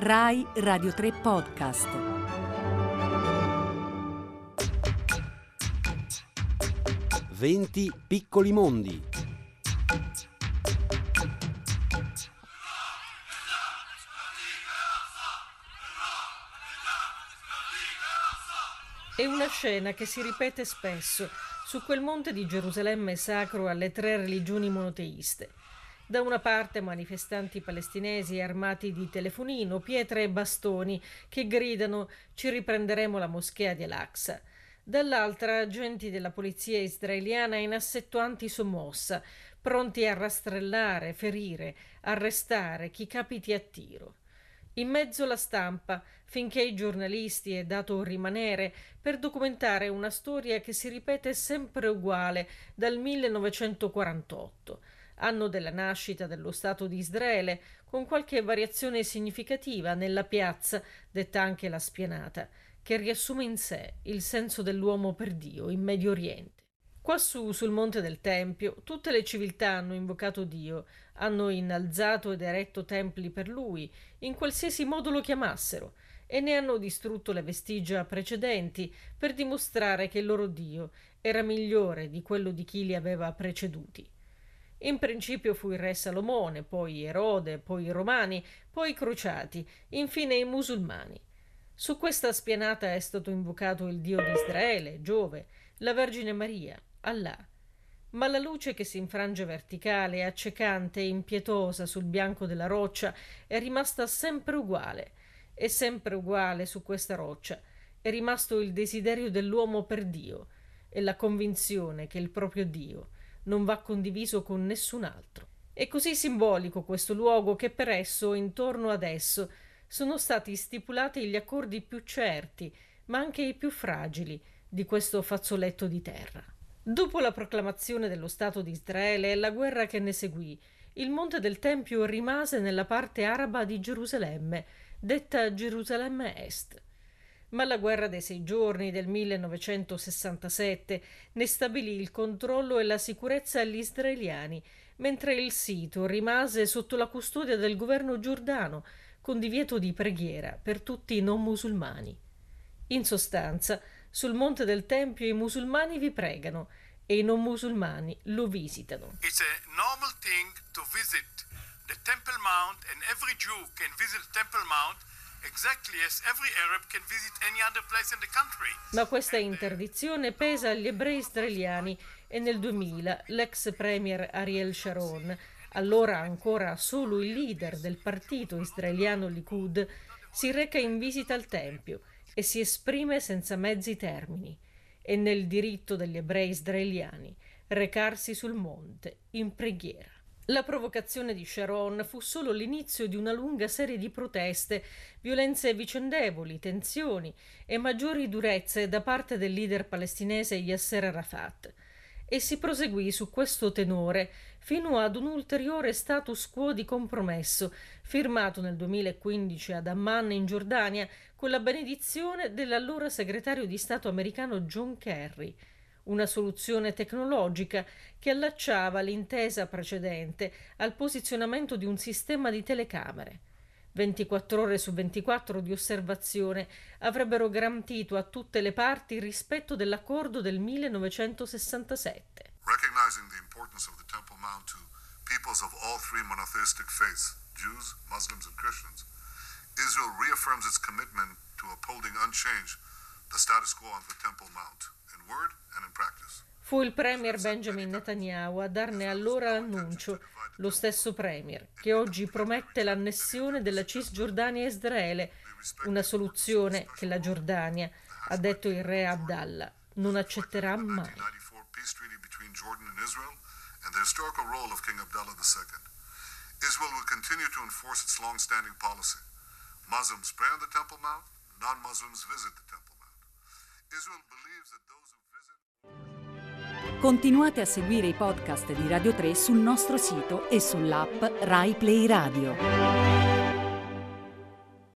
Rai Radio 3 Podcast. Venti piccoli mondi. È una scena che si ripete spesso su quel monte di Gerusalemme sacro alle tre religioni monoteiste. Da una parte manifestanti palestinesi armati di telefonino, pietre e bastoni che gridano «Ci riprenderemo la moschea di Al-Aqsa». Dall'altra agenti della polizia israeliana in assetto antisommossa, pronti a rastrellare, ferire, arrestare chi capiti a tiro. In mezzo la stampa, finché ai giornalisti è dato rimanere per documentare una storia che si ripete sempre uguale dal 1948, anno della nascita dello Stato di Israele, con qualche variazione significativa nella piazza, detta anche la Spianata, che riassume in sé il senso dell'uomo per Dio in Medio Oriente. Quassù, sul Monte del Tempio, tutte le civiltà hanno invocato Dio, hanno innalzato ed eretto templi per Lui, in qualsiasi modo lo chiamassero, e ne hanno distrutto le vestigia precedenti per dimostrare che il loro Dio era migliore di quello di chi li aveva preceduti. In principio fu il re Salomone, poi Erode, poi i Romani, poi i Crociati, infine i musulmani. Su questa spianata è stato invocato il Dio di Israele, Giove, la Vergine Maria, Allah. Ma la luce che si infrange verticale, accecante e impietosa sul bianco della roccia è rimasta sempre uguale. E sempre uguale su questa roccia è rimasto il desiderio dell'uomo per Dio e la convinzione che il proprio Dio non va condiviso con nessun altro. È così simbolico questo luogo che per esso, intorno ad esso, sono stati stipulati gli accordi più certi, ma anche i più fragili, di questo fazzoletto di terra. Dopo la proclamazione dello Stato di Israele e la guerra che ne seguì, il Monte del Tempio rimase nella parte araba di Gerusalemme, detta Gerusalemme Est. Ma la guerra dei 6 giorni del 1967 ne stabilì il controllo e la sicurezza agli israeliani, mentre il sito rimase sotto la custodia del governo giordano, con divieto di preghiera per tutti i non musulmani. In sostanza, sul Monte del Tempio i musulmani vi pregano e i non musulmani lo visitano. It's a normal thing to visit the Temple Mount, and every Jew can visit Temple Mount exactly as every Arab can visit any other place in the country. Ma questa interdizione pesa agli ebrei israeliani e nel 2000 l'ex premier Ariel Sharon, allora ancora solo il leader del partito israeliano Likud, si reca in visita al Tempio e si esprime senza mezzi termini. È nel diritto degli ebrei israeliani recarsi sul monte in preghiera. La provocazione di Sharon fu solo l'inizio di una lunga serie di proteste, violenze vicendevoli, tensioni e maggiori durezze da parte del leader palestinese Yasser Arafat. E si proseguì su questo tenore fino ad un ulteriore status quo di compromesso, firmato nel 2015 ad Amman in Giordania con la benedizione dell'allora segretario di Stato americano John Kerry, una soluzione tecnologica che allacciava l'intesa precedente al posizionamento di un sistema di telecamere. 24 ore su 24 di osservazione avrebbero garantito a tutte le parti il rispetto dell'accordo del 1967. Recognizing the importance of the Temple Mount to peoples of all three monotheistic faiths, Jews, Muslims, and Christians, Israel reaffirms its commitment to upholding unchanged the status quo on the Temple Mount, in word and in practice. Fu il premier Benjamin Netanyahu a darne allora l'annuncio, lo stesso premier che oggi promette l'annessione della Cisgiordania a Israele, una soluzione che la Giordania, ha detto il re Abdallah, non accetterà mai. Israel will continue to enforce its long-standing policy. Muslims pray on the Temple Mount, non-Muslims visit the Temple Mount. Israel believes that those who visit. Continuate a seguire i podcast di Radio 3 sul nostro sito e sull'app Rai Play Radio.